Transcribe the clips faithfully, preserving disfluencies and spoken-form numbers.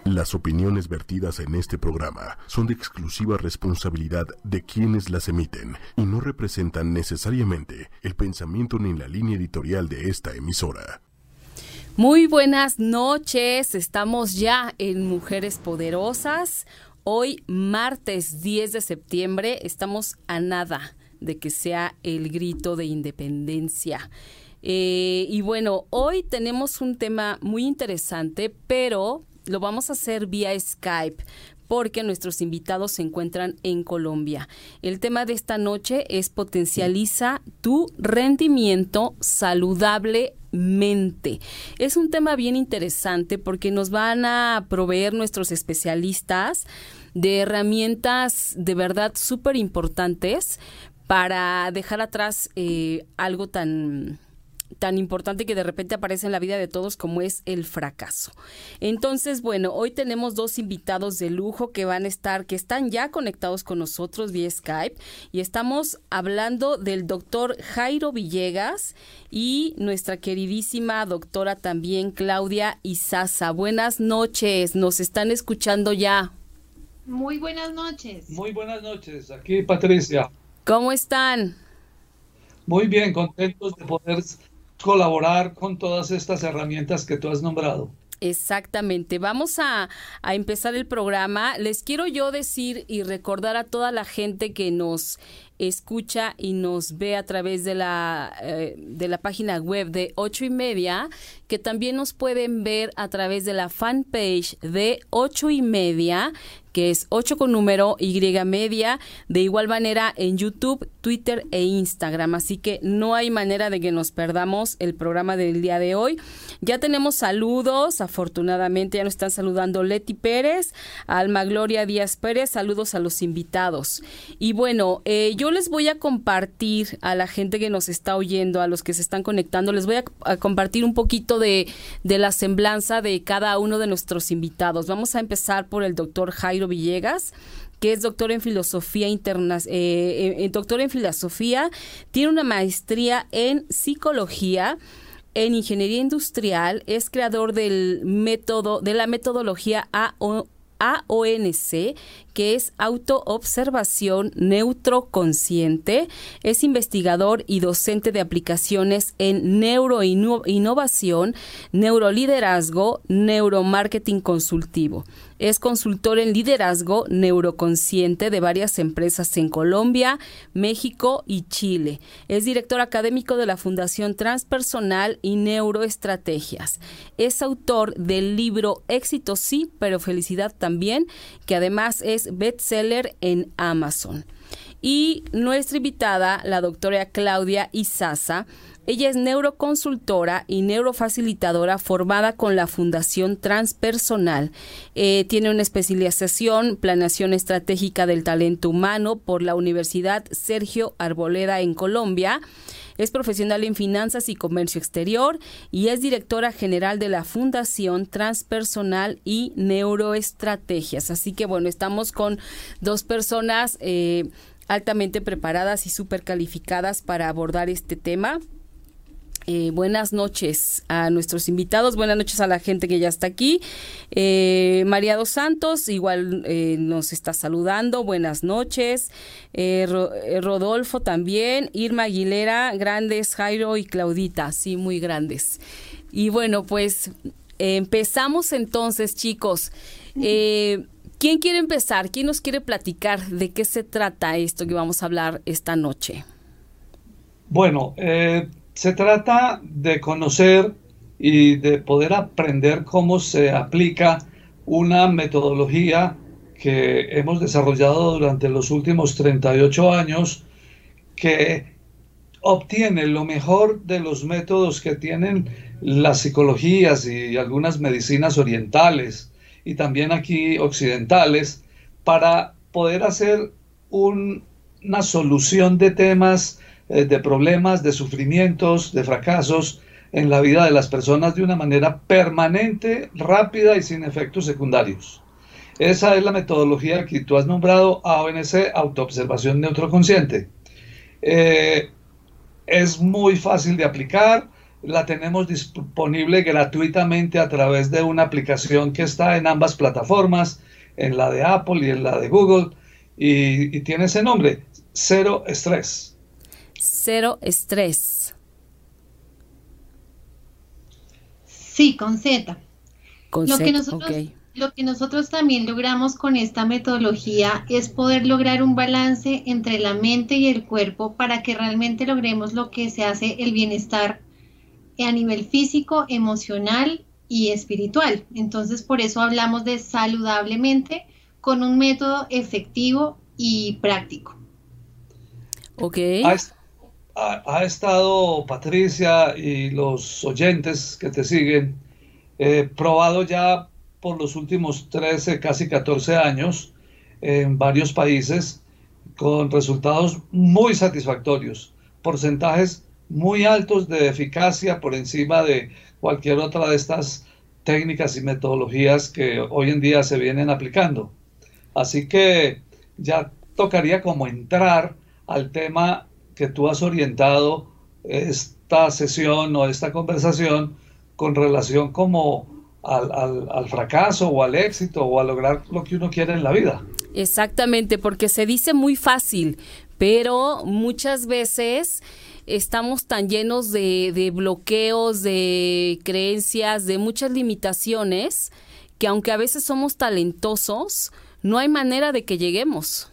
Las opiniones vertidas en este programa son de exclusiva responsabilidad de quienes las emiten y no representan necesariamente el pensamiento ni la línea editorial de esta emisora. Muy buenas noches, estamos ya en Mujeres Poderosas. Hoy, martes diez de septiembre, estamos a nada de que sea el grito de independencia. Eh, y bueno, hoy tenemos un tema muy interesante, pero lo vamos a hacer vía Skype porque nuestros invitados se encuentran en Colombia. El tema de esta noche es potencializa tu rendimiento saludablemente. Es un tema bien interesante porque nos van a proveer nuestros especialistas de herramientas de verdad súper importantes para dejar atrás eh, algo tan... tan importante que de repente aparece en la vida de todos como es el fracaso. Entonces, bueno, hoy tenemos dos invitados de lujo que van a estar, que están ya conectados con nosotros vía Skype y estamos hablando del doctor Jairo Villegas y nuestra queridísima doctora también Claudia Izaza. Buenas noches, nos están escuchando ya. Muy buenas noches. Muy buenas noches, aquí Patricia. ¿Cómo están? Muy bien, contentos de poder colaborar con todas estas herramientas que tú has nombrado. Exactamente. Vamos a, a empezar el programa. Les quiero yo decir y recordar a toda la gente que nos escucha y nos ve a través de la eh, de la página web de Ocho y Media, que también nos pueden ver a través de la fanpage de Ocho y Media, que es ocho con número Y media, de igual manera en YouTube, Twitter e Instagram. Así que no hay manera de que nos perdamos el programa del día de hoy. Ya tenemos saludos, afortunadamente ya nos están saludando Leti Pérez, Alma Gloria Díaz Pérez, saludos a los invitados. Y bueno, eh, yo les voy a compartir a la gente que nos está oyendo, a los que se están conectando, les voy a, a compartir un poquito de, de la semblanza de cada uno de nuestros invitados. Vamos a empezar por el doctor Jairo Villegas, que es doctor en filosofía interna, eh, eh, doctor en filosofía, tiene una maestría en psicología, en ingeniería industrial, es creador del método, de la metodología A O N C, que es autoobservación neutroconsciente, es investigador y docente de aplicaciones en neuroinnovación, neuroliderazgo, neuromarketing consultivo. Es consultor en liderazgo neuroconsciente de varias empresas en Colombia, México y Chile. Es director académico de la Fundación Transpersonal y Neuroestrategias. Es autor del libro Éxito sí, pero felicidad también, que además es bestseller en Amazon. Y nuestra invitada, la doctora Claudia Izaza, ella es neuroconsultora y neurofacilitadora formada con la Fundación Transpersonal. Eh, tiene una especialización, planeación estratégica del talento humano por la Universidad Sergio Arboleda en Colombia. Es profesional en finanzas y comercio exterior y es directora general de la Fundación Transpersonal y Neuroestrategias. Así que bueno, estamos con dos personas eh, altamente preparadas y súper calificadas para abordar este tema. Eh, buenas noches a nuestros invitados, buenas noches a la gente que ya está aquí. Eh, María dos Santos igual eh, nos está saludando, buenas noches. Eh, Ro, eh, Rodolfo también, Irma Aguilera, grandes, Jairo y Claudita, sí, muy grandes. Y bueno, pues eh, empezamos entonces, chicos. Eh, ¿Quién quiere empezar? ¿Quién nos quiere platicar de qué se trata esto que vamos a hablar esta noche? Bueno, eh... se trata de conocer y de poder aprender cómo se aplica una metodología que hemos desarrollado durante los últimos treinta y ocho años, que obtiene lo mejor de los métodos que tienen las psicologías y algunas medicinas orientales y también aquí occidentales para poder hacer un, una solución de temas, de problemas, de sufrimientos, de fracasos en la vida de las personas de una manera permanente, rápida y sin efectos secundarios. Esa es la metodología que tú has nombrado, A O N C, autoobservación neutroconsciente. Eh, es muy fácil de aplicar, la tenemos disponible gratuitamente a través de una aplicación que está en ambas plataformas, en la de Apple y en la de Google, y, y tiene ese nombre, Cero Estrés. Cero Estrés. Sí, con Z. Con Lo Z, que nosotros, ok. lo que nosotros también logramos con esta metodología es poder lograr un balance entre la mente y el cuerpo para que realmente logremos lo que se hace el bienestar a nivel físico, emocional y espiritual. Entonces, por eso hablamos de saludablemente con un método efectivo y práctico. Ok. Ha, ha, ha estado Patricia y los oyentes que te siguen eh, probado ya por los últimos trece, casi catorce años en varios países con resultados muy satisfactorios, porcentajes muy altos de eficacia por encima de cualquier otra de estas técnicas y metodologías que hoy en día se vienen aplicando. Así que ya tocaría como entrar al tema que tú has orientado esta sesión o esta conversación con relación como al, al, al fracaso o al éxito o a lograr lo que uno quiere en la vida. Exactamente, porque se dice muy fácil, pero muchas veces estamos tan llenos de, de bloqueos, de creencias, de muchas limitaciones, que aunque a veces somos talentosos, no hay manera de que lleguemos.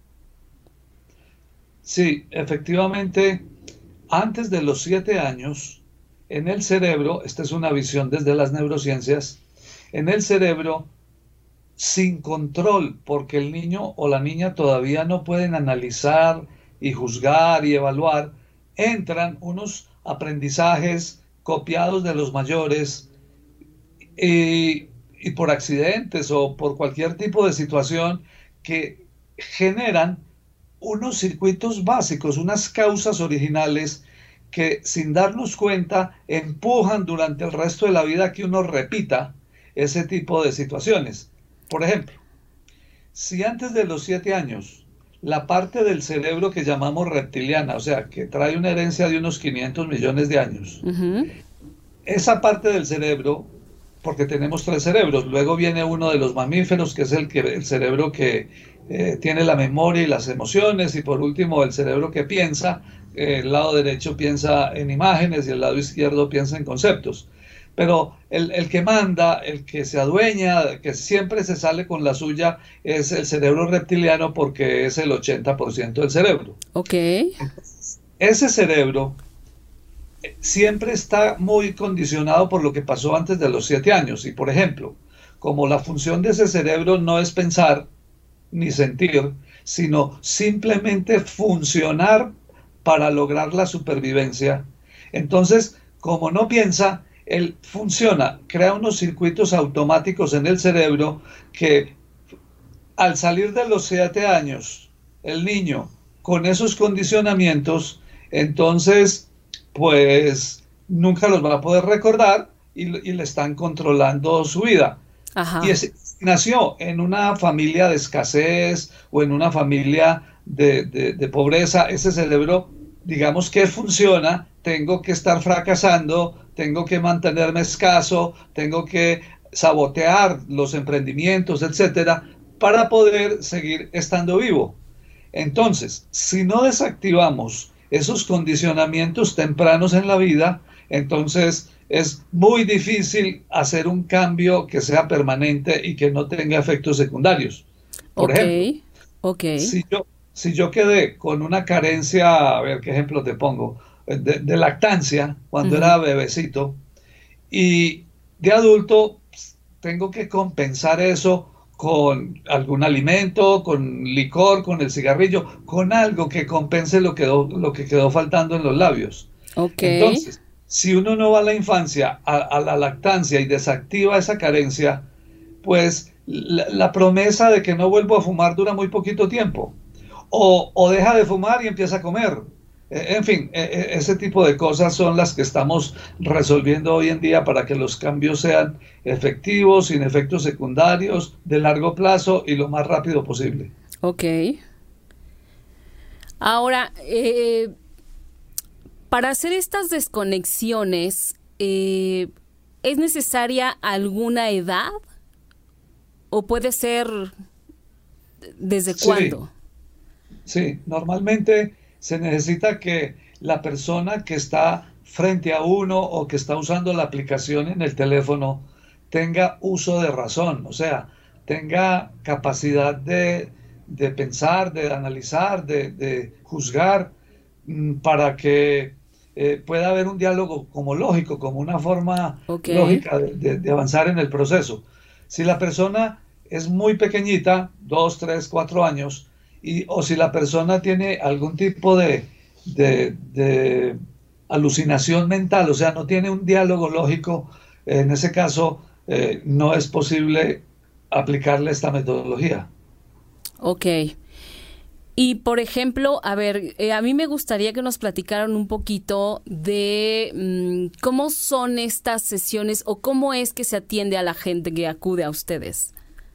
Sí, efectivamente, antes de los siete años, en el cerebro, esta es una visión desde las neurociencias, en el cerebro, sin control, porque el niño o la niña todavía no pueden analizar y juzgar y evaluar, entran unos aprendizajes copiados de los mayores y, y por accidentes o por cualquier tipo de situación que generan unos circuitos básicos, unas causas originales que sin darnos cuenta empujan durante el resto de la vida que uno repita ese tipo de situaciones. Por ejemplo, si antes de los siete años la parte del cerebro que llamamos reptiliana, o sea, que trae una herencia de unos quinientos millones de años, uh-huh. esa parte del cerebro, porque tenemos tres cerebros, luego viene uno de los mamíferos, que es el, que, el cerebro que eh, tiene la memoria y las emociones, y por último el cerebro que piensa, eh, el lado derecho piensa en imágenes y el lado izquierdo piensa en conceptos. Pero el, el que manda, el que se adueña, que siempre se sale con la suya, es el cerebro reptiliano porque es el ochenta por ciento del cerebro. Ok. Ese cerebro siempre está muy condicionado por lo que pasó antes de los siete años. Y por ejemplo, como la función de ese cerebro no es pensar ni sentir, sino simplemente funcionar para lograr la supervivencia, entonces, como no piensa, él funciona, crea unos circuitos automáticos en el cerebro que al salir de los siete años, el niño con esos condicionamientos, entonces pues nunca los va a poder recordar y, y le están controlando su vida. Ajá. Y ese, nació en una familia de escasez o en una familia de, de, de pobreza, ese cerebro, digamos que funciona, tengo que estar fracasando, tengo que mantenerme escaso, tengo que sabotear los emprendimientos, etcétera, para poder seguir estando vivo. Entonces, si no desactivamos esos condicionamientos tempranos en la vida, entonces es muy difícil hacer un cambio que sea permanente y que no tenga efectos secundarios. Por okay, ejemplo, okay. Si, yo, si yo quedé con una carencia, a ver qué ejemplo te pongo, de, de lactancia cuando uh-huh. era bebecito, y de adulto tengo que compensar eso con algún alimento, con licor, con el cigarrillo, con algo que compense lo que quedó, lo que quedó faltando en los labios. Okay. Entonces, si uno no va a la infancia, a, a la lactancia y desactiva esa carencia, pues la, la promesa de que no vuelvo a fumar dura muy poquito tiempo. O, o deja de fumar y empieza a comer. En fin, ese tipo de cosas son las que estamos resolviendo hoy en día para que los cambios sean efectivos, sin efectos secundarios, de largo plazo y lo más rápido posible. Ok. Ahora, eh, Para hacer estas desconexiones, eh, ¿es necesaria alguna edad? ¿O puede ser desde Sí, cuándo? sí, normalmente se necesita que la persona que está frente a uno o que está usando la aplicación en el teléfono tenga uso de razón, o sea, tenga capacidad de, de pensar, de analizar, de, de juzgar, mm, para que eh, pueda haber un diálogo como lógico, como una forma Ok, lógica de, de- de avanzar en el proceso. Si la persona es muy pequeñita, dos, tres, cuatro años, y, o si la persona tiene algún tipo de, de, de alucinación mental, o sea, no tiene un diálogo lógico, en ese caso eh, no es posible aplicarle esta metodología. ok. Y por ejemplo, a ver, eh, a mí me gustaría que nos platicaran un poquito de mm, cómo son estas sesiones o cómo es que se atiende a la gente que acude a ustedes.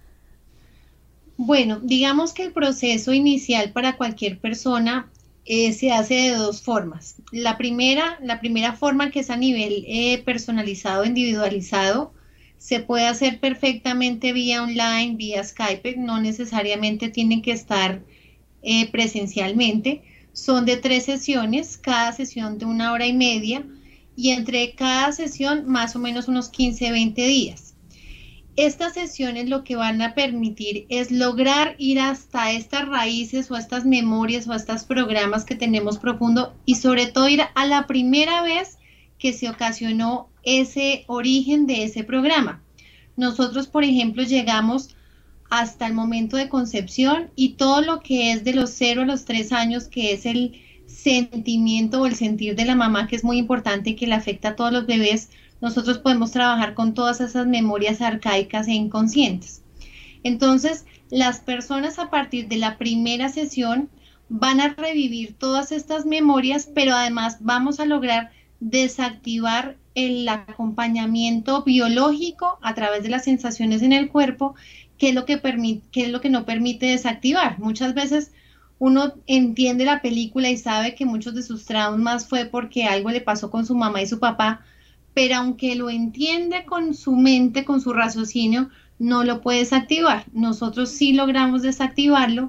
Bueno, digamos que el proceso inicial para cualquier persona eh, se hace de dos formas. La primera, la primera forma, que es a nivel eh, personalizado, individualizado, se puede hacer perfectamente vía online, vía Skype, no necesariamente tienen que estar eh, presencialmente. Son de tres sesiones, cada sesión de una hora y media, y entre cada sesión más o menos unos quince, veinte días. Estas sesiones lo que van a permitir es lograr ir hasta estas raíces o a estas memorias o a estos programas que tenemos profundo, y sobre todo ir a la primera vez que se ocasionó ese origen de ese programa. Nosotros, por ejemplo, llegamos hasta el momento de concepción, y todo lo que es de los cero a los tres años, que es el sentimiento o el sentir de la mamá, que es muy importante y que le afecta a todos los bebés, nosotros podemos trabajar con todas esas memorias arcaicas e inconscientes. Entonces, las personas a partir de la primera sesión van a revivir todas estas memorias, pero además vamos a lograr desactivar el acompañamiento biológico a través de las sensaciones en el cuerpo, que es lo que permite, que es lo que no permite desactivar. Muchas veces uno entiende la película y sabe que muchos de sus traumas fue porque algo le pasó con su mamá y su papá, pero aunque lo entiende con su mente, con su raciocinio, no lo puede desactivar. Nosotros sí logramos desactivarlo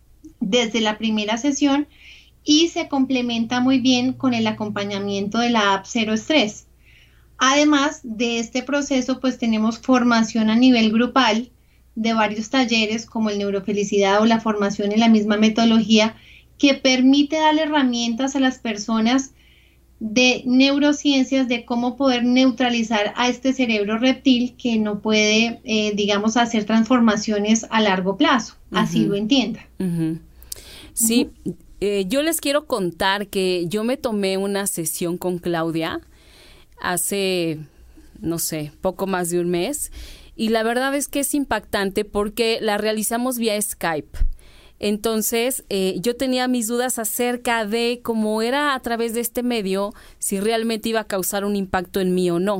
desde la primera sesión, y se complementa muy bien con el acompañamiento de la app Cero Estrés. Además de este proceso, pues tenemos formación a nivel grupal de varios talleres como el Neurofelicidad o la formación en la misma metodología, que permite darle herramientas a las personas de neurociencias de cómo poder neutralizar a este cerebro reptil que no puede, eh, digamos, hacer transformaciones a largo plazo, así Ujú, lo entienda. ujú. Sí, eh, yo les quiero contar que yo me tomé una sesión con Claudia hace, no sé, poco más de un mes, y la verdad es que es impactante porque la realizamos vía Skype. Entonces, eh, yo tenía mis dudas acerca de cómo era a través de este medio, si realmente iba a causar un impacto en mí o no.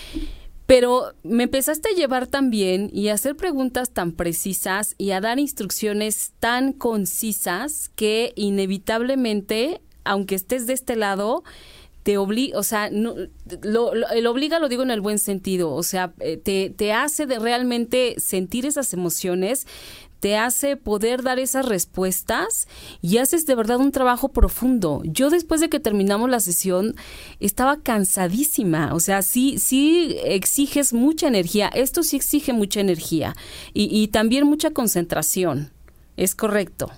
Pero me empezaste a llevar también y a hacer preguntas tan precisas y a dar instrucciones tan concisas que inevitablemente, aunque estés de este lado, te obliga, o sea, no, lo, lo, el obliga lo digo en el buen sentido, o sea, te, te hace de realmente sentir esas emociones, te hace poder dar esas respuestas y haces de verdad un trabajo profundo. Yo después de que terminamos la sesión estaba cansadísima, o sea, sí, sí exiges mucha energía, esto sí exige mucha energía y, y también mucha concentración, ¿es correcto?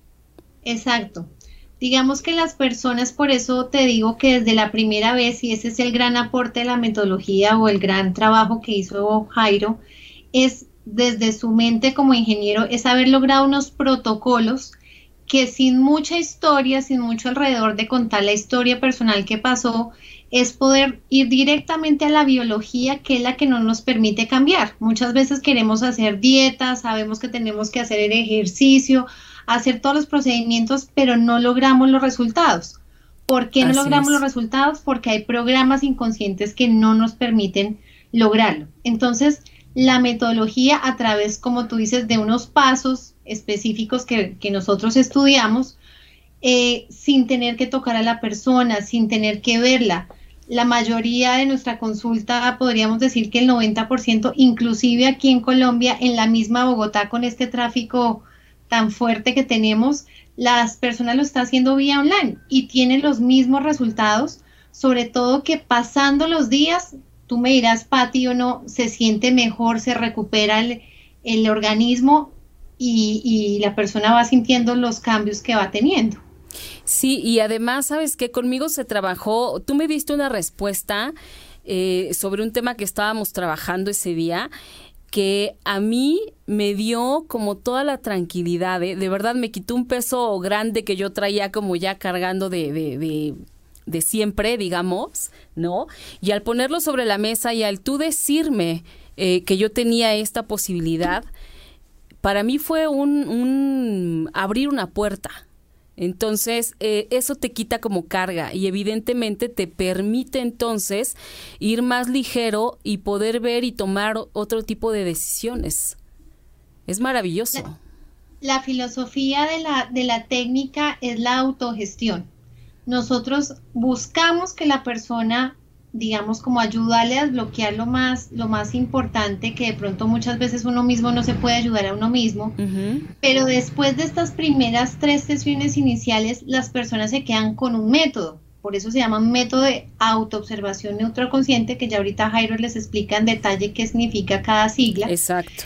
Exacto. Digamos que las personas, por eso te digo que desde la primera vez, y ese es el gran aporte de la metodología o el gran trabajo que hizo Jairo, es desde su mente como ingeniero, es haber logrado unos protocolos que sin mucha historia, sin mucho alrededor de contar la historia personal que pasó, es poder ir directamente a la biología, que es la que no nos permite cambiar. Muchas veces queremos hacer dietas, sabemos que tenemos que hacer el ejercicio, hacer todos los procedimientos, pero no logramos los resultados. ¿Por qué no Así logramos es. los resultados? Porque hay programas inconscientes que no nos permiten lograrlo. Entonces, la metodología, a través, como tú dices, de unos pasos específicos que, que nosotros estudiamos, eh, sin tener que tocar a la persona, sin tener que verla. La mayoría de nuestra consulta, podríamos decir que el noventa por ciento, inclusive aquí en Colombia, en la misma Bogotá, con este tráfico tan fuerte que tenemos, las personas lo están haciendo vía online y tienen los mismos resultados, sobre todo que pasando los días, tú me dirás, Pati, o no, se siente mejor, se recupera el, el organismo y, y la persona va sintiendo los cambios que va teniendo. Sí, y además, ¿sabes qué? Conmigo se trabajó, tú me diste una respuesta eh, sobre un tema que estábamos trabajando ese día, que a mí me dio como toda la tranquilidad, ¿eh? De verdad me quitó un peso grande que yo traía como ya cargando de, de, de, de siempre, digamos, ¿no? Y al ponerlo sobre la mesa y al tú decirme eh, que yo tenía esta posibilidad, para mí fue un, un abrir una puerta. Entonces, eh, eso te quita como carga y evidentemente te permite entonces ir más ligero y poder ver y tomar otro tipo de decisiones. Es maravilloso. La, la filosofía de la, de la técnica es la autogestión. Nosotros buscamos que la persona, digamos, como ayudarle a desbloquear lo más, lo más importante, que de pronto muchas veces uno mismo no se puede ayudar a uno mismo, uh-huh. Pero después de estas primeras tres sesiones iniciales, las personas se quedan con un método, por eso se llama método de autoobservación neuroconsciente, que ya ahorita Jairo les explica en detalle qué significa cada sigla. Exacto.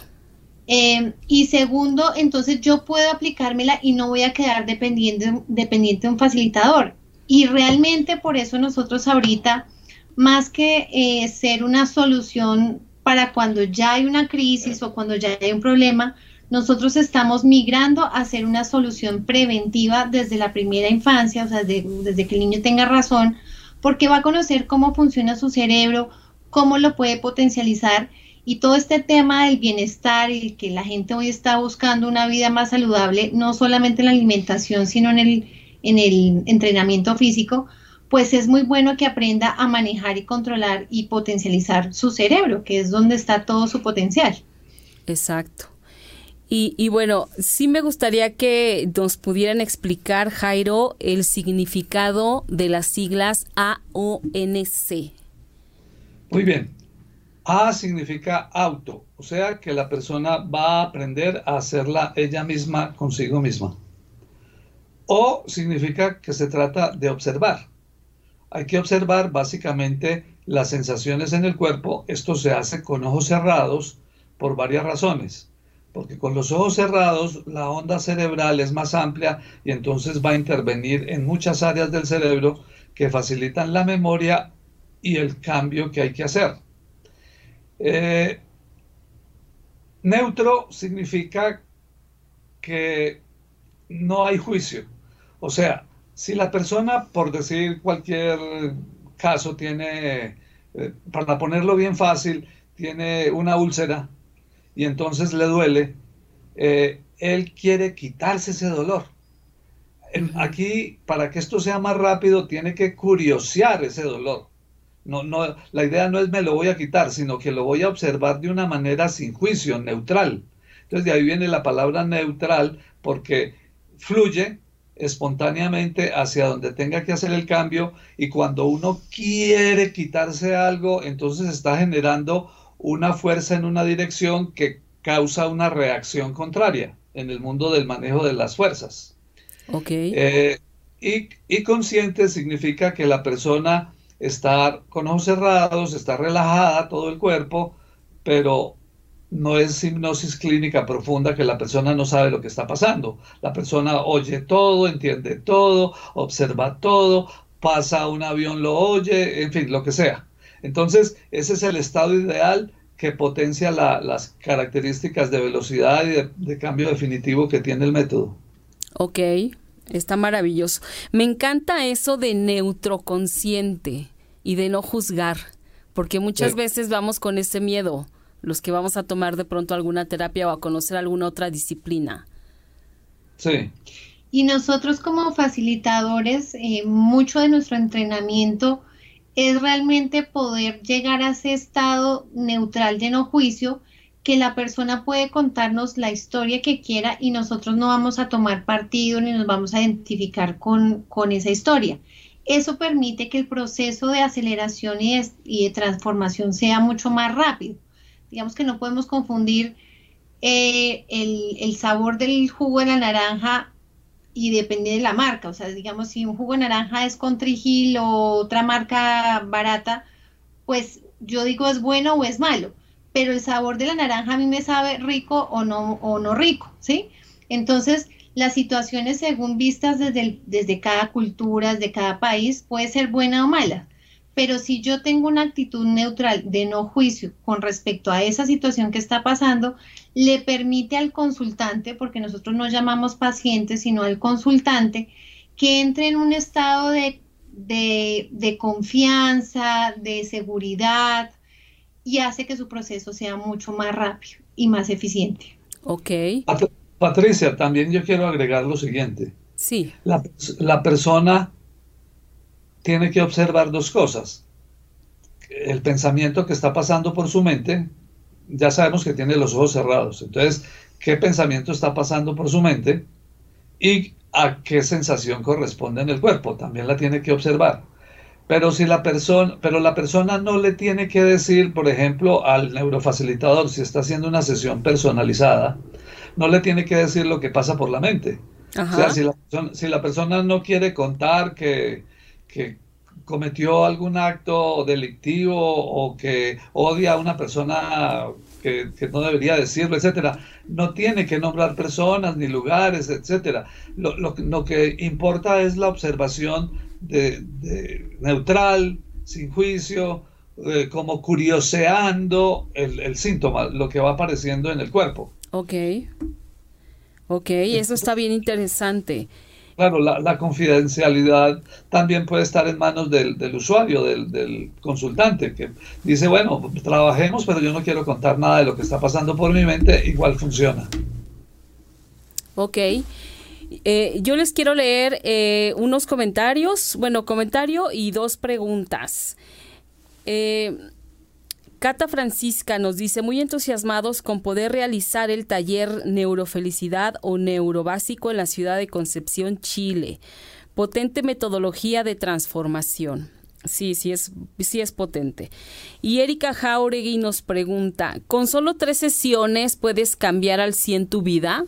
Eh, y segundo, entonces yo puedo aplicármela y no voy a quedar dependiente, dependiente de un facilitador, y realmente por eso nosotros ahorita, más que eh, ser una solución para cuando ya hay una crisis o cuando ya hay un problema, nosotros estamos migrando a ser una solución preventiva desde la primera infancia, o sea, de, desde que el niño tenga razón, porque va a conocer cómo funciona su cerebro, cómo lo puede potencializar, y todo este tema del bienestar y que la gente hoy está buscando una vida más saludable, no solamente en la alimentación, sino en el, en el entrenamiento físico, pues es muy bueno que aprenda a manejar y controlar y potencializar su cerebro, que es donde está todo su potencial. Exacto. Y, y bueno, sí me gustaría que nos pudieran explicar, Jairo, el significado de las siglas A O N C. Muy bien. A significa auto, o sea que la persona va a aprender a hacerla ella misma consigo misma. O significa que se trata de observar. Hay que observar básicamente las sensaciones en el cuerpo. Esto se hace con ojos cerrados por varias razones. Porque con los ojos cerrados la onda cerebral es más amplia y entonces va a intervenir en muchas áreas del cerebro que facilitan la memoria y el cambio que hay que hacer. Eh, neutro significa que no hay juicio. O sea, si la persona, por decir cualquier caso, tiene, eh, para ponerlo bien fácil, tiene una úlcera y entonces le duele, eh, él quiere quitarse ese dolor. En, aquí, para que esto sea más rápido, tiene que curiosear ese dolor. No, no, la idea no es me lo voy a quitar, sino que lo voy a observar de una manera sin juicio, neutral. Entonces de ahí viene la palabra neutral, porque fluye espontáneamente hacia donde tenga que hacer el cambio, y cuando uno quiere quitarse algo, entonces está generando una fuerza en una dirección que causa una reacción contraria en el mundo del manejo de las fuerzas. Okay. Eh, y, y consciente significa que la persona está con ojos cerrados, está relajada todo el cuerpo, pero no es hipnosis clínica profunda que la persona no sabe lo que está pasando. La persona oye todo, entiende todo, observa todo, pasa un avión, lo oye, en fin, lo que sea. Entonces, ese es el estado ideal que potencia la, las características de velocidad y de, de cambio definitivo que tiene el método. Ok, está maravilloso. Me encanta eso de neutroconsciente y de no juzgar, porque muchas sí. veces vamos con ese miedo, los que vamos a tomar de pronto alguna terapia o a conocer alguna otra disciplina. Sí. Y nosotros como facilitadores, eh, mucho de nuestro entrenamiento es realmente poder llegar a ese estado neutral de no juicio, que la persona puede contarnos la historia que quiera y nosotros no vamos a tomar partido ni nos vamos a identificar con, con esa historia. Eso permite que el proceso de aceleración y de, y de transformación sea mucho más rápido. Digamos que no podemos confundir eh, el, el sabor del jugo de la naranja y depende de la marca. O sea, digamos, si un jugo de naranja es con Trigil o otra marca barata, pues yo digo es bueno o es malo, pero el sabor de la naranja a mí me sabe rico o no, o no rico, ¿sí? Entonces, las situaciones según vistas desde, el, desde cada cultura, desde cada país, puede ser buena o mala, pero si yo tengo una actitud neutral de no juicio con respecto a esa situación que está pasando, le permite al consultante, porque nosotros no llamamos paciente, sino al consultante, que entre en un estado de, de, de confianza, de seguridad, y hace que su proceso sea mucho más rápido y más eficiente. Ok. Pat- Patricia, también yo quiero agregar lo siguiente. Sí. La, la persona tiene que observar dos cosas. El pensamiento que está pasando por su mente, ya sabemos que tiene los ojos cerrados. Entonces, ¿qué pensamiento está pasando por su mente? Y a qué sensación corresponde en el cuerpo, también la tiene que observar. Pero si la persona, pero la persona no le tiene que decir, por ejemplo, al neurofacilitador, si está haciendo una sesión personalizada, no le tiene que decir lo que pasa por la mente. Ajá. O sea, si la, persona, si la persona no quiere contar que, que cometió algún acto delictivo o que odia a una persona que, que no debería decirlo, etcétera, no tiene que nombrar personas ni lugares, etcétera. Lo, lo, lo que importa es la observación De, de neutral, sin juicio, eh, como curioseando el, el síntoma, lo que va apareciendo en el cuerpo. Ok, ok, eso está bien interesante. Claro, la, la confidencialidad también puede estar en manos del, del usuario, del, del consultante, que dice, bueno, trabajemos, pero yo no quiero contar nada de lo que está pasando por mi mente, igual funciona. Ok. Eh, yo les quiero leer eh, unos comentarios, bueno, comentario y dos preguntas. Eh, Cata Francisca nos dice, muy entusiasmados con poder realizar el taller Neurofelicidad o Neurobásico en la ciudad de Concepción, Chile. Potente metodología de transformación. Sí, sí es, sí es potente. Y Erika Jauregui nos pregunta, ¿con solo tres sesiones puedes cambiar al cien tu vida?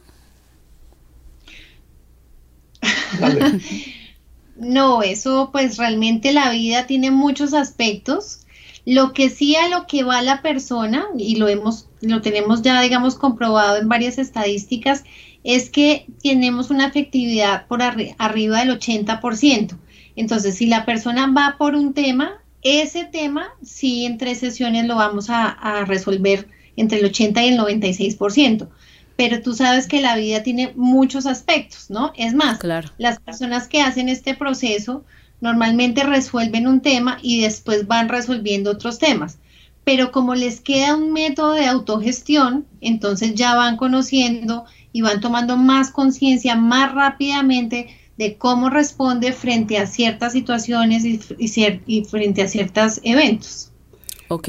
No, eso pues realmente la vida tiene muchos aspectos. Lo que sí a lo que va la persona, y lo hemos, lo tenemos ya digamos comprobado en varias estadísticas, es que tenemos una efectividad por arri- arriba del ochenta por ciento. Entonces, si la persona va por un tema, ese tema sí en tres sesiones lo vamos a, a resolver entre el ochenta y el noventa y seis por ciento. Pero tú sabes que la vida tiene muchos aspectos, ¿no? Es más, claro, las personas que hacen este proceso normalmente resuelven un tema y después van resolviendo otros temas. Pero como les queda un método de autogestión, entonces ya van conociendo y van tomando más conciencia más rápidamente de cómo responde frente a ciertas situaciones y, y, cier- y frente a ciertos eventos. Ok.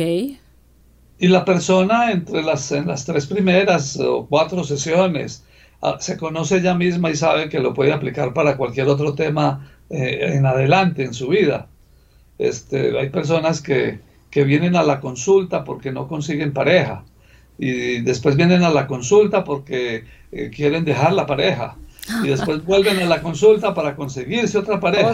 Y la persona entre las, en las tres primeras o cuatro sesiones uh, se conoce ella misma y sabe que lo puede aplicar para cualquier otro tema eh, en adelante en su vida. Este, hay personas que, que vienen a la consulta porque no consiguen pareja y después vienen a la consulta porque eh, quieren dejar la pareja y después vuelven a la consulta para conseguirse otra pareja.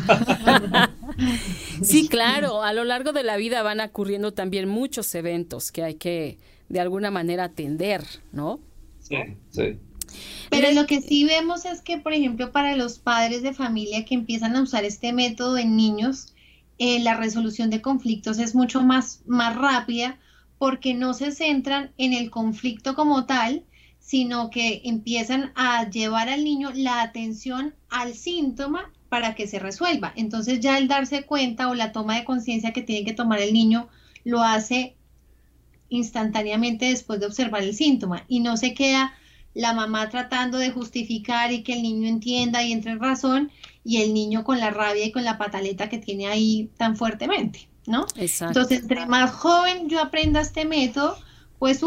Otra. Sí, claro, a lo largo de la vida van ocurriendo también muchos eventos que hay que de alguna manera atender, ¿no? Sí, sí. Pero lo que sí vemos es que, por ejemplo, para los padres de familia que empiezan a usar este método en niños, eh, la resolución de conflictos es mucho más, más rápida porque no se centran en el conflicto como tal, sino que empiezan a llevar al niño la atención al síntoma para que se resuelva. Entonces ya el darse cuenta o la toma de conciencia que tiene que tomar el niño lo hace instantáneamente después de observar el síntoma y no se queda la mamá tratando de justificar y que el niño entienda y entre en razón y el niño con la rabia y con la pataleta que tiene ahí tan fuertemente, ¿no? Exacto. Entonces, entre más joven yo aprenda este método, pues uno,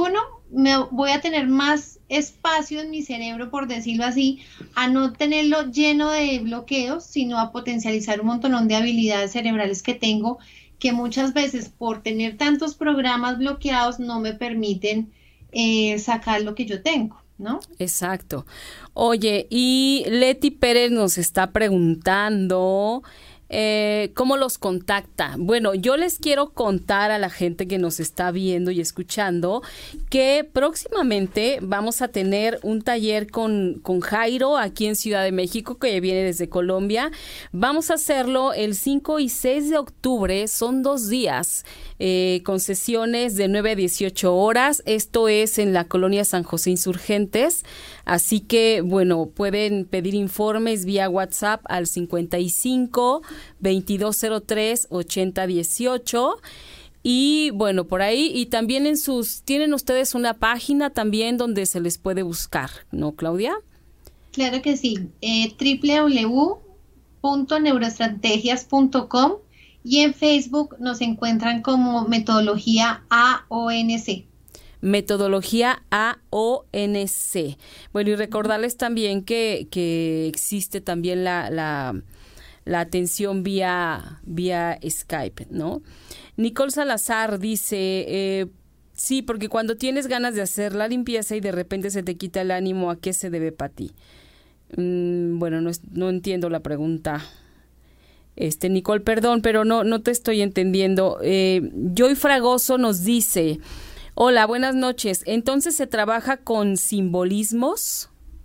me voy a tener más espacio en mi cerebro, por decirlo así, a no tenerlo lleno de bloqueos, sino a potencializar un montón de habilidades cerebrales que tengo, que muchas veces por tener tantos programas bloqueados no me permiten eh, sacar lo que yo tengo, ¿no? Exacto. Oye, y Leti Pérez nos está preguntando... Eh, ¿cómo los contacta? Bueno, yo les quiero contar a la gente que nos está viendo y escuchando que próximamente vamos a tener un taller con, con Jairo aquí en Ciudad de México, que viene desde Colombia. Vamos a hacerlo el cinco y seis de octubre, son dos días, eh, con sesiones de nueve a dieciocho horas. Esto es en la colonia San José Insurgentes. Así que, bueno, pueden pedir informes vía WhatsApp al cincuenta y cinco, veintidós cero tres, ochenta dieciocho. Y bueno, por ahí, y también en sus, tienen ustedes una página también donde se les puede buscar, ¿no, Claudia? Claro que sí, eh, doble u doble u doble u punto neuroestrategias punto com, y en Facebook nos encuentran como Metodología A O N C. Metodología A O N C. Bueno, y recordarles también que, que existe también la, la, la atención vía, vía Skype, ¿no? Nicole Salazar dice, eh, sí, porque cuando tienes ganas de hacer la limpieza y de repente se te quita el ánimo, ¿a qué se debe para ti? Mm, bueno, no, no entiendo la pregunta. Este, Nicole, perdón, pero no, no te estoy entendiendo. Eh, Joy Fragoso nos dice... Hola, buenas noches. ¿Entonces se trabaja con simbolismos?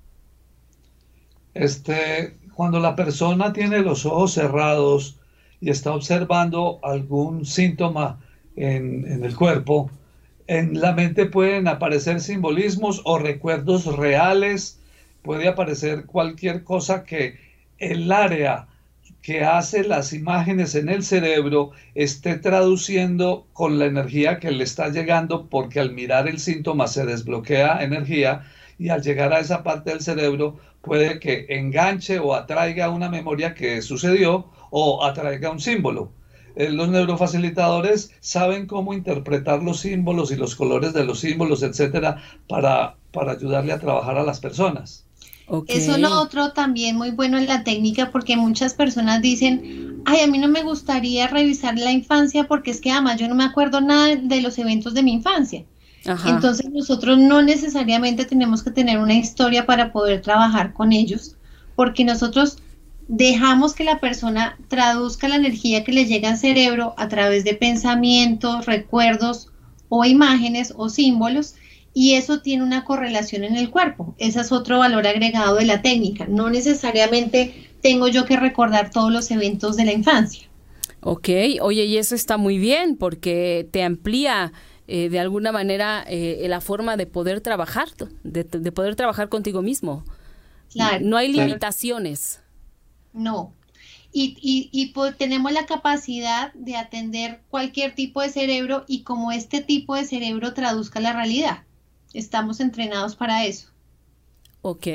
Este, cuando la persona tiene los ojos cerrados y está observando algún síntoma en, en el cuerpo, en la mente pueden aparecer simbolismos o recuerdos reales, puede aparecer cualquier cosa que el área que hace las imágenes en el cerebro esté traduciendo con la energía que le está llegando, porque al mirar el síntoma se desbloquea energía y al llegar a esa parte del cerebro puede que enganche o atraiga una memoria que sucedió o atraiga un símbolo. Eh, los neurofacilitadores saben cómo interpretar los símbolos y los colores de los símbolos, etcétera, para, para ayudarle a trabajar a las personas. Okay. Eso es lo otro también muy bueno en la técnica, porque muchas personas dicen, ay, a mí no me gustaría revisar la infancia porque es que además yo no me acuerdo nada de los eventos de mi infancia. Ajá. Entonces nosotros no necesariamente tenemos que tener una historia para poder trabajar con ellos, porque nosotros dejamos que la persona traduzca la energía que le llega al cerebro a través de pensamientos, recuerdos o imágenes o símbolos, y eso tiene una correlación en el cuerpo. Ese es otro valor agregado de la técnica. No necesariamente tengo yo que recordar todos los eventos de la infancia. Ok, oye, y eso está muy bien porque te amplía eh, de alguna manera eh, la forma de poder trabajar, de, de poder trabajar contigo mismo. Claro. No hay limitaciones. No. Y, y, y pues, tenemos la capacidad de atender cualquier tipo de cerebro y como este tipo de cerebro traduzca la realidad. Estamos entrenados para eso. Ok.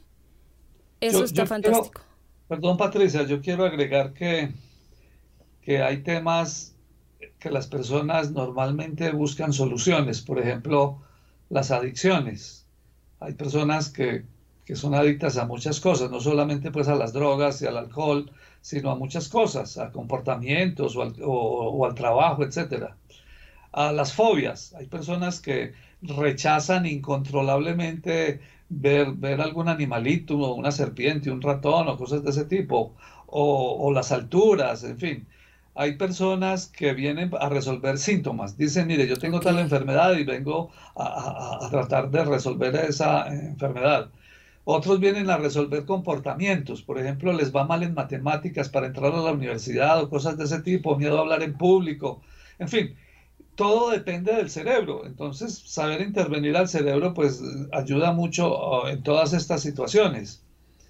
Eso yo, está yo fantástico. Quiero, perdón, Patricia, yo quiero agregar que, que hay temas que las personas normalmente buscan soluciones. Por ejemplo, las adicciones. Hay personas que, que son adictas a muchas cosas, no solamente pues a las drogas y al alcohol, sino a muchas cosas, a comportamientos o al, o, o al trabajo, etcétera. A las fobias. Hay personas que rechazan incontrolablemente ver, ver algún animalito, una serpiente, un ratón o cosas de ese tipo, o, o las alturas, en fin. Hay personas que vienen a resolver síntomas. Dicen, mire, yo tengo okay. tal enfermedad y vengo a, a, a tratar de resolver esa enfermedad. Otros vienen a resolver comportamientos. Por ejemplo, les va mal en matemáticas para entrar a la universidad o cosas de ese tipo, miedo a hablar en público, en fin. Todo depende del cerebro, entonces saber intervenir al cerebro pues ayuda mucho en todas estas situaciones.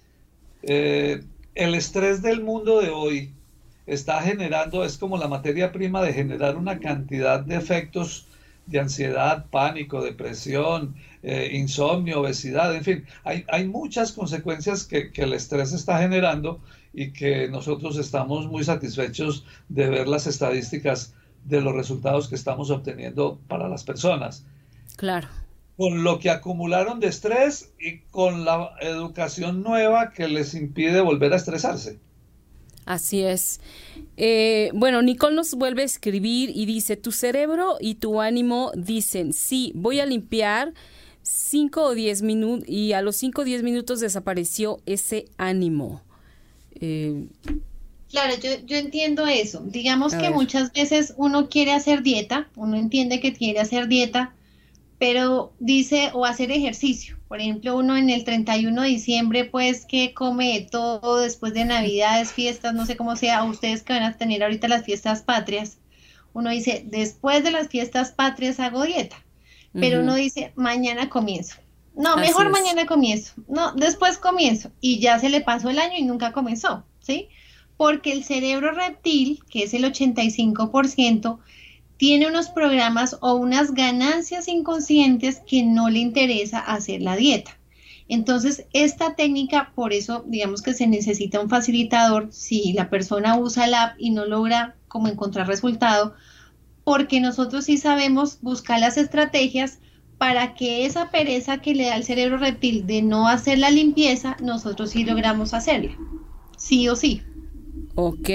Eh, el estrés del mundo de hoy está generando, es como la materia prima de generar una cantidad de efectos de ansiedad, pánico, depresión, eh, insomnio, obesidad, en fin, hay, hay muchas consecuencias que, que el estrés está generando y que nosotros estamos muy satisfechos de ver las estadísticas de los resultados que estamos obteniendo para las personas. Claro. con lo que acumularon de estrés y con la educación nueva que les impide volver a estresarse. Así es. Eh, bueno, Nicole nos vuelve a escribir y dice, tu cerebro y tu ánimo dicen, sí, voy a limpiar cinco o diez minutos, y a los cinco o diez minutos desapareció ese ánimo. Eh, Claro, yo, yo entiendo eso. Digamos a que ver. muchas veces uno quiere hacer dieta, uno entiende que quiere hacer dieta, pero dice, o hacer ejercicio. Por ejemplo, uno en el treinta y uno de diciembre, pues, que come de todo después de Navidades, fiestas, no sé cómo sea, ustedes que van a tener ahorita las fiestas patrias. Uno dice, después de las fiestas patrias hago dieta, pero Ujú. uno dice, mañana comienzo. No, Así mejor es. mañana comienzo. No, después comienzo. Y ya se le pasó el año y nunca comenzó, ¿sí? Porque el cerebro reptil, que es el ochenta y cinco por ciento, tiene unos programas o unas ganancias inconscientes que no le interesa hacer la dieta. Entonces, esta técnica, por eso, digamos que se necesita un facilitador si la persona usa la app y no logra como encontrar resultado, porque nosotros sí sabemos buscar las estrategias para que esa pereza que le da el cerebro reptil de no hacer la limpieza, nosotros sí logramos hacerla, sí o sí. Ok,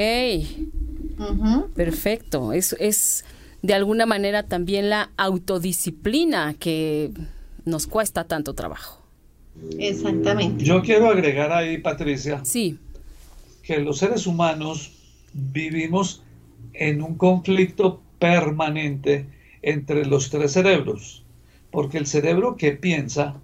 Ujú. perfecto. Es, es de alguna manera también la autodisciplina que nos cuesta tanto trabajo. Exactamente. Yo quiero agregar ahí, Patricia, Sí, que los seres humanos vivimos en un conflicto permanente entre los tres cerebros, porque el cerebro que piensa,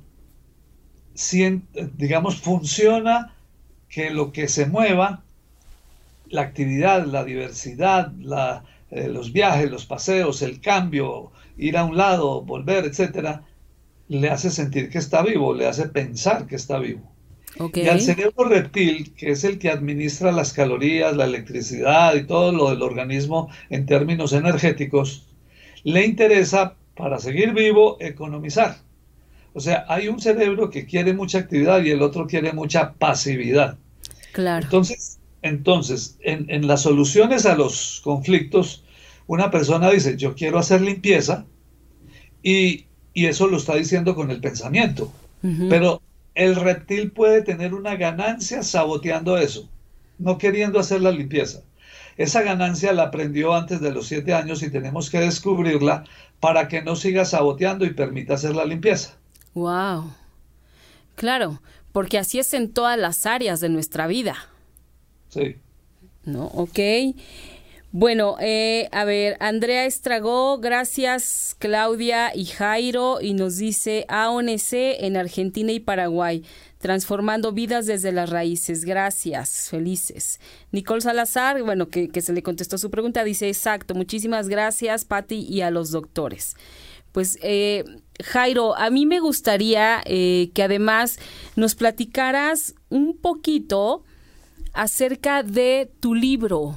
sien- digamos, funciona que lo que se mueva, la actividad, la diversidad, la, eh, los viajes, los paseos, el cambio, ir a un lado, volver, etcétera, le hace sentir que está vivo, le hace pensar que está vivo. ok. Y al cerebro reptil, que es el que administra las calorías, la electricidad y todo lo del organismo en términos energéticos, le interesa, para seguir vivo, economizar. O sea, hay un cerebro que quiere mucha actividad y el otro quiere mucha pasividad. Claro. Entonces, entonces en, en las soluciones a los conflictos, una persona dice, yo quiero hacer limpieza, y, y eso lo está diciendo con el pensamiento. Ujú. Pero el reptil puede tener una ganancia saboteando eso, no queriendo hacer la limpieza. Esa ganancia la aprendió antes de los siete años y tenemos que descubrirla para que no siga saboteando y permita hacer la limpieza. Wow. Claro, porque así es en todas las áreas de nuestra vida, Sí. ¿no? Ok. Bueno, eh, a ver, Andrea Estragó, gracias Claudia y Jairo, y nos dice A O N C en Argentina y Paraguay, transformando vidas desde las raíces, gracias, felices. Nicole Salazar, bueno, que, que se le contestó su pregunta, dice, exacto, muchísimas gracias Pati y a los doctores. Pues eh, Jairo, a mí me gustaría eh, que además nos platicaras un poquito acerca de tu libro.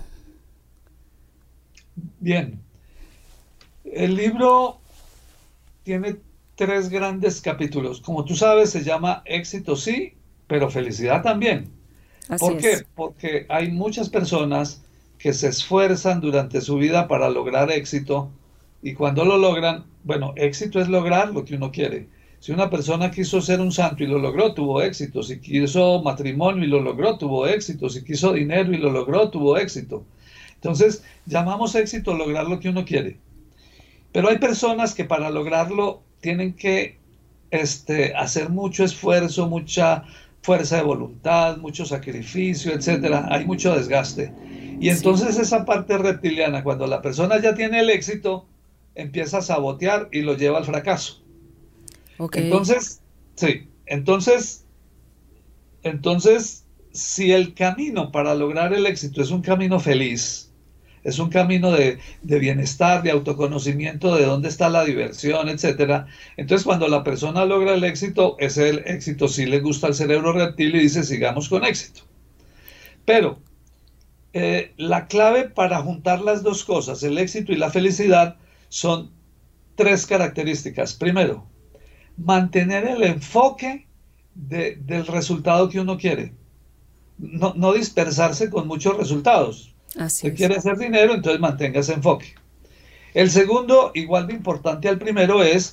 Bien. El libro tiene tres grandes capítulos. Como tú sabes, se llama Éxito sí, pero felicidad también. Así ¿Por qué? es. Porque hay muchas personas que se esfuerzan durante su vida para lograr éxito, y cuando lo logran, bueno, éxito es lograr lo que uno quiere. Si una persona quiso ser un santo y lo logró, tuvo éxito. Si quiso matrimonio y lo logró, tuvo éxito. Si quiso dinero y lo logró, tuvo éxito. Entonces, llamamos éxito lograr lo que uno quiere. Pero hay personas que para lograrlo tienen que este, hacer mucho esfuerzo, mucha fuerza de voluntad, mucho sacrificio, etcétera. Hay mucho desgaste. Y entonces sí, esa parte reptiliana, cuando la persona ya tiene el éxito, empieza a sabotear y lo lleva al fracaso. Okay. Entonces, sí, entonces, entonces, si el camino para lograr el éxito es un camino feliz, es un camino de, de bienestar, de autoconocimiento, de dónde está la diversión, etcétera. Entonces, cuando la persona logra el éxito, ese el éxito sí le gusta al cerebro reptil y dice, sigamos con éxito. Pero eh, la clave para juntar las dos cosas, el éxito y la felicidad, son tres características. Primero, mantener el enfoque de, del resultado que uno quiere. No, no dispersarse con muchos resultados. Así Si quiere hacer dinero, entonces mantenga ese enfoque. El segundo, igual de importante al primero, es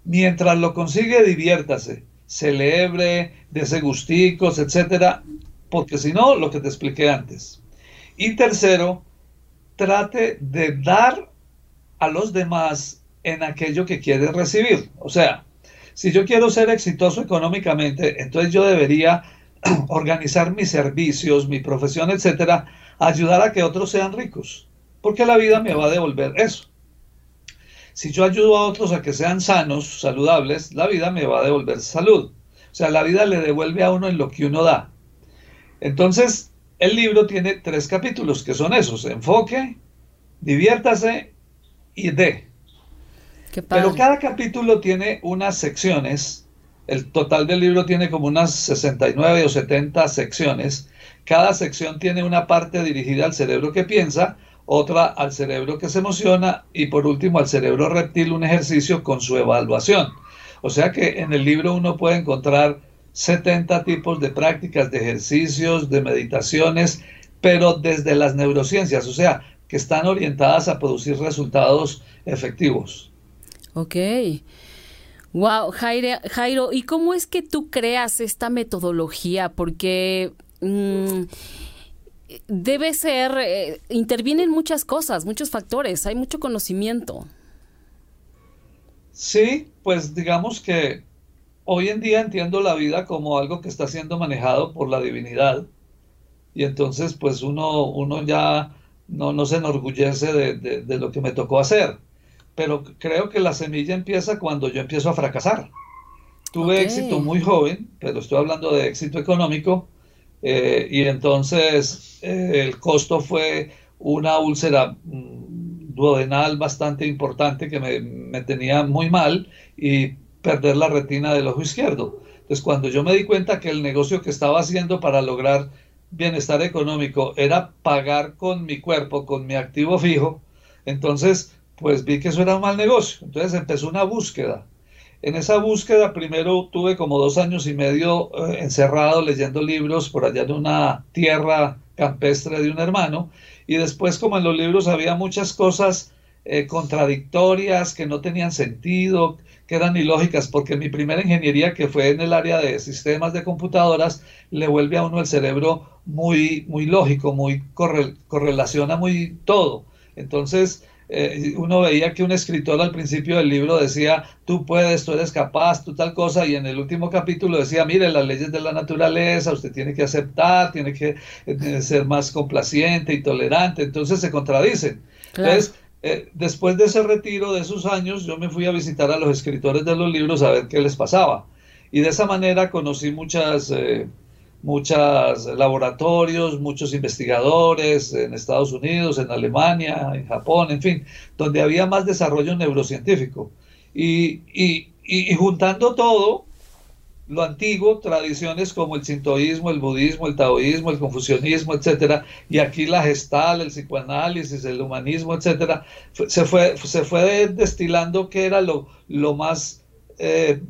Mientras lo consigue, diviértase, celebre, dese gusticos, etcétera, porque si no, lo que te expliqué antes. Y tercero, trate de dar a los demás en aquello que quiere recibir. O sea, si yo quiero ser exitoso económicamente, entonces yo debería organizar mis servicios, mi profesión, etcétera, ayudar a que otros sean ricos, porque la vida me va a devolver eso. Si yo ayudo a otros a que sean sanos, saludables, la vida me va a devolver salud. O sea, la vida le devuelve a uno en lo que uno da. Entonces, el libro tiene tres capítulos que son esos: enfoque, diviértase y dé. Qué padre. Pero cada capítulo tiene unas secciones. El total del libro tiene como unas sesenta y nueve o setenta secciones. Cada sección tiene una parte dirigida al cerebro que piensa, otra al cerebro que se emociona y por último al cerebro reptil, un ejercicio con su evaluación. O sea que en el libro uno puede encontrar setenta tipos de prácticas, de ejercicios, de meditaciones, pero desde las neurociencias, o sea, que están orientadas a producir resultados efectivos. Ok. Wow, Jairo, Jairo, ¿y cómo es que tú creas esta metodología? Porque mmm, debe ser, eh, intervienen muchas cosas, muchos factores, hay mucho conocimiento. Sí, pues digamos que hoy en día entiendo la vida como algo que está siendo manejado por la divinidad y entonces pues uno, uno ya no, no se enorgullece de, de, de lo que me tocó hacer, pero creo que la semilla empieza cuando yo empiezo a fracasar. Tuve Okay. éxito muy joven, pero estoy hablando de éxito económico, eh, y entonces eh, el costo fue una úlcera mmm, duodenal bastante importante que me, me tenía muy mal y perder la retina del ojo izquierdo. Entonces cuando yo me di cuenta que el negocio que estaba haciendo para lograr bienestar económico era pagar con mi cuerpo, con mi activo fijo, entonces pues vi que eso era un mal negocio. Entonces empezó una búsqueda. En esa búsqueda primero tuve como dos años y medio eh, encerrado leyendo libros por allá en una tierra campestre de un hermano, y después como en los libros había muchas cosas eh, contradictorias que no tenían sentido, que eran ilógicas, porque mi primera ingeniería, que fue en el área de sistemas de computadoras, le vuelve a uno el cerebro muy, muy lógico, muy corre, correlaciona muy todo. Entonces eh, uno veía que un escritor al principio del libro decía, tú puedes, tú eres capaz, tú tal cosa, y en el último capítulo decía, mire, las leyes de la naturaleza, usted tiene que aceptar, tiene que eh, ser más complaciente y tolerante. Entonces se contradicen. Claro. Entonces, eh, después de ese retiro de esos años, yo me fui a visitar a los escritores de los libros a ver qué les pasaba. Y de esa manera conocí muchas... Eh, muchos laboratorios, muchos investigadores en Estados Unidos, en Alemania, en Japón, en fin, donde había más desarrollo neurocientífico. Y, y, y, y juntando todo, lo antiguo, tradiciones como el sintoísmo, el budismo, el taoísmo, el confucianismo, etcétera, y aquí la gestal, el psicoanálisis, el humanismo, etcétera, se fue, se fue destilando qué era lo, lo más Eh,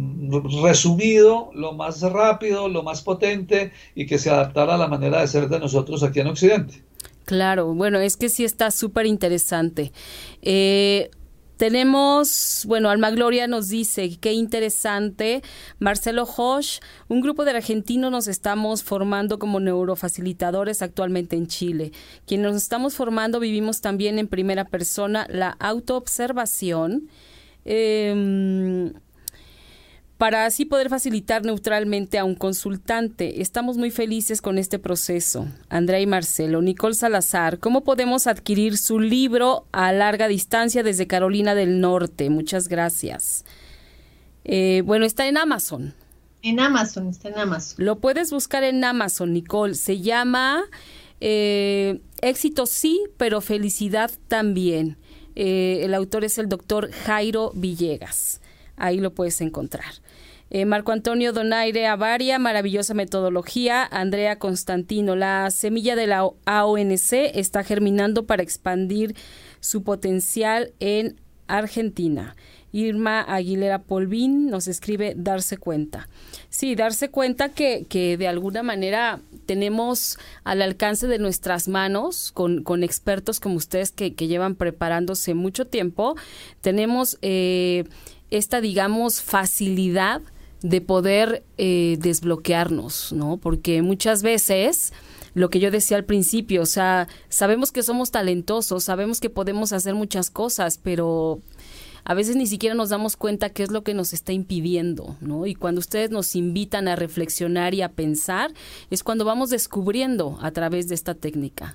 resumido, lo más rápido, lo más potente y que se adaptara a la manera de ser de nosotros aquí en Occidente. Claro, bueno, es que sí está súper interesante. Eh, tenemos, bueno, Alma Gloria nos dice, qué interesante. Marcelo Hosch, un grupo de argentinos nos estamos formando como neurofacilitadores actualmente en Chile. Quienes nos estamos formando vivimos también en primera persona la autoobservación, Eh, para así poder facilitar neutralmente a un consultante. Estamos muy felices con este proceso. Andrea y Marcelo. Nicole Salazar, ¿cómo podemos adquirir su libro a larga distancia desde Carolina del Norte? Muchas gracias. Eh, bueno, está en Amazon. En Amazon, está en Amazon. Lo puedes buscar en Amazon, Nicole. Se llama eh, Éxito sí, pero felicidad también. Eh, el autor es el doctor Jairo Villegas. Ahí lo puedes encontrar. Eh, Marco Antonio Donaire Avaria, maravillosa metodología. Andrea Constantino, la semilla de la A O N C está germinando para expandir su potencial en Argentina. Irma Aguilera Polvín nos escribe darse cuenta. Sí, darse cuenta que, que de alguna manera tenemos al alcance de nuestras manos, con, con expertos como ustedes que, que llevan preparándose mucho tiempo, tenemos eh, esta, digamos, facilidad de poder eh, desbloquearnos, ¿no? Porque muchas veces, lo que yo decía al principio, o sea, sabemos que somos talentosos, sabemos que podemos hacer muchas cosas, pero a veces ni siquiera nos damos cuenta qué es lo que nos está impidiendo, ¿no? Y cuando ustedes nos invitan a reflexionar y a pensar, es cuando vamos descubriendo a través de esta técnica.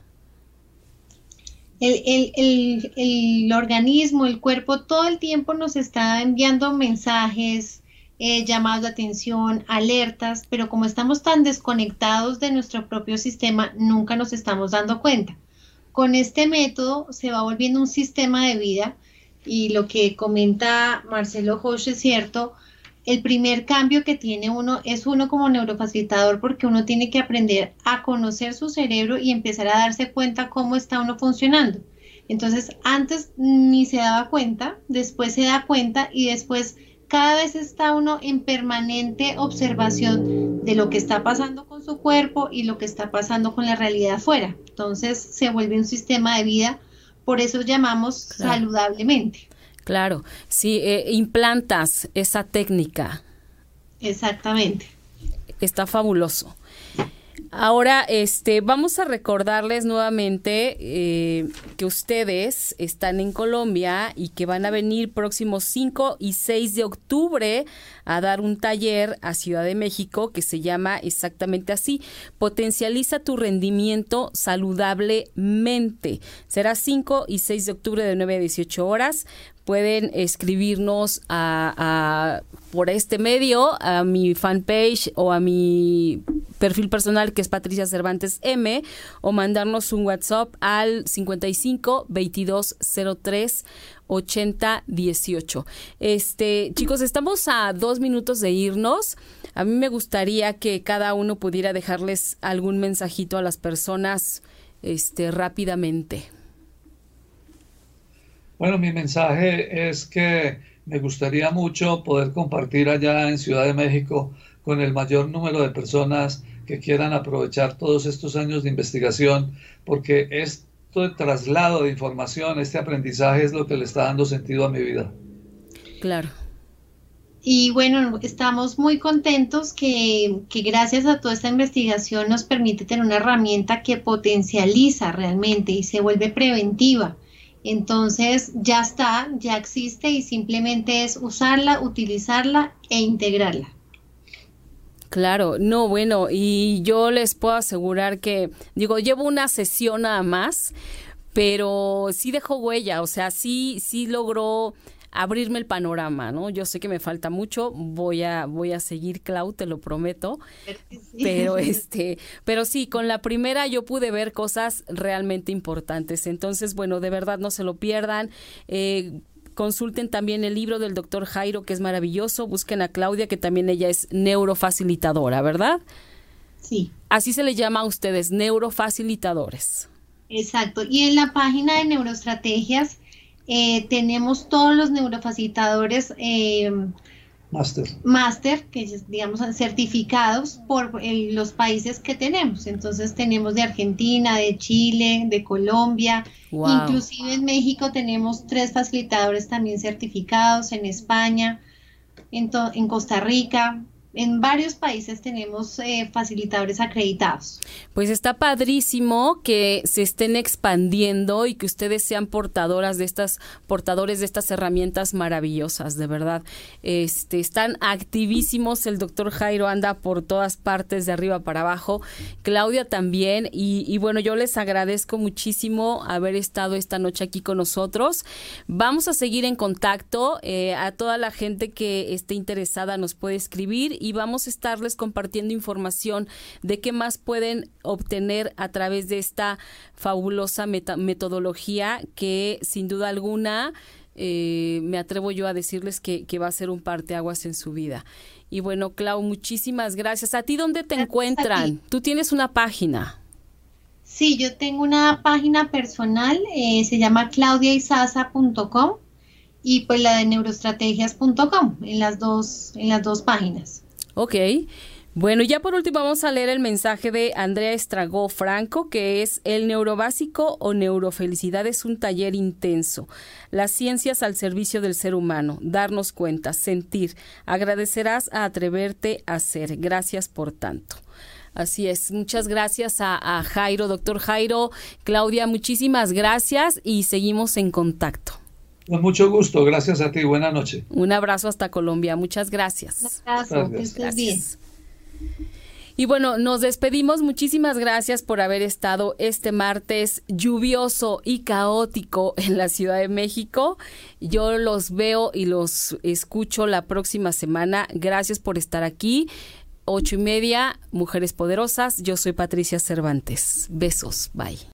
El, el, el, el organismo, el cuerpo, todo el tiempo nos está enviando mensajes, eh, llamados de atención, alertas, pero como estamos tan desconectados de nuestro propio sistema, nunca nos estamos dando cuenta. Con este método se va volviendo un sistema de vida, y lo que comenta Marcelo Hosch es cierto. El primer cambio que tiene uno es uno como neurofacilitador, porque uno tiene que aprender a conocer su cerebro y empezar a darse cuenta cómo está uno funcionando. Entonces, antes ni se daba cuenta, después se da cuenta y después cada vez está uno en permanente observación de lo que está pasando con su cuerpo y lo que está pasando con la realidad afuera. Entonces, se vuelve un sistema de vida, por eso llamamos claro. saludablemente. Claro, sí, eh, implantas esa técnica. Exactamente. Está fabuloso. Ahora, este, vamos a recordarles nuevamente eh, que ustedes están en Colombia y que van a venir próximos cinco y seis de octubre a dar un taller a Ciudad de México que se llama exactamente así: Potencializa tu rendimiento saludablemente. Será cinco y seis de octubre de nueve a dieciocho horas. Pueden escribirnos a, a por este medio, a mi fanpage o a mi perfil personal, que es Patricia Cervantes M, o mandarnos un WhatsApp al cincuenta y cinco, veintidós cero tres, ochenta dieciocho. Este, chicos, estamos a dos minutos de irnos. A mí me gustaría que cada uno pudiera dejarles algún mensajito a las personas, este, rápidamente. Bueno, mi mensaje es que me gustaría mucho poder compartir allá en Ciudad de México con el mayor número de personas que quieran aprovechar todos estos años de investigación, porque este traslado de información, este aprendizaje es lo que le está dando sentido a mi vida. Claro. Y bueno, estamos muy contentos que, que gracias a toda esta investigación nos permite tener una herramienta que potencializa realmente y se vuelve preventiva. Entonces ya está, ya existe y simplemente es usarla, utilizarla e integrarla. Claro, no, bueno, y yo les puedo asegurar que, digo, llevo una sesión nada más, pero sí dejó huella, o sea, sí, sí logró abrirme el panorama, ¿no? Yo sé que me falta mucho, voy a voy a seguir, Clau, te lo prometo, sí. pero este, pero sí, con la primera yo pude ver cosas realmente importantes. Entonces, bueno, de verdad no se lo pierdan. Eh, consulten también el libro del doctor Jairo, que es maravilloso. Busquen a Claudia, que también ella es neurofacilitadora, ¿verdad? Sí. Así se le llama a ustedes, neurofacilitadores. Exacto. Y en la página de Neuroestrategias Eh, tenemos todos los neurofacilitadores eh, Master. Master, que digamos certificados por eh, los países que tenemos. Entonces tenemos de Argentina, de Chile, de Colombia, wow. Inclusive en México tenemos tres facilitadores también certificados, en España, en, en Costa Rica. En varios países tenemos eh, facilitadores acreditados. Pues está padrísimo que se estén expandiendo y que ustedes sean portadoras de estas, portadores de estas herramientas maravillosas, de verdad. Este, están activísimos, el doctor Jairo anda por todas partes, de arriba para abajo, Claudia también, y, y bueno, yo les agradezco muchísimo haber estado esta noche aquí con nosotros. Vamos a seguir en contacto, eh, a toda la gente que esté interesada nos puede escribir, y vamos a estarles compartiendo información de qué más pueden obtener a través de esta fabulosa meta- metodología que sin duda alguna eh, me atrevo yo a decirles que, que va a ser un parteaguas en su vida. Y bueno, Clau, muchísimas gracias. ¿A ti dónde te gracias encuentran? Tú tienes una página. Sí, yo tengo una página personal, eh, se llama claudia izaza punto com y pues la de neuroestrategias punto com, en las dos, en las dos páginas. Ok, Bueno, ya por último vamos a leer el mensaje de Andrea Estragó Franco, que es: el neurobásico o neurofelicidad es un taller intenso. Las ciencias al servicio del ser humano. Darnos cuenta, sentir. Agradecerás a atreverte a ser. Gracias por tanto. Así es. Muchas gracias a, a Jairo, doctor Jairo. Claudia, muchísimas gracias y seguimos en contacto. Con mucho gusto. Gracias a ti. Buenas noches. Un abrazo hasta Colombia. Muchas gracias. Un abrazo. Que estés bien. Y bueno, nos despedimos. Muchísimas gracias por haber estado este martes lluvioso y caótico en la Ciudad de México. Yo los veo y los escucho la próxima semana. Gracias por estar aquí. Ocho y media, Mujeres Poderosas. Yo soy Patricia Cervantes. Besos. Bye.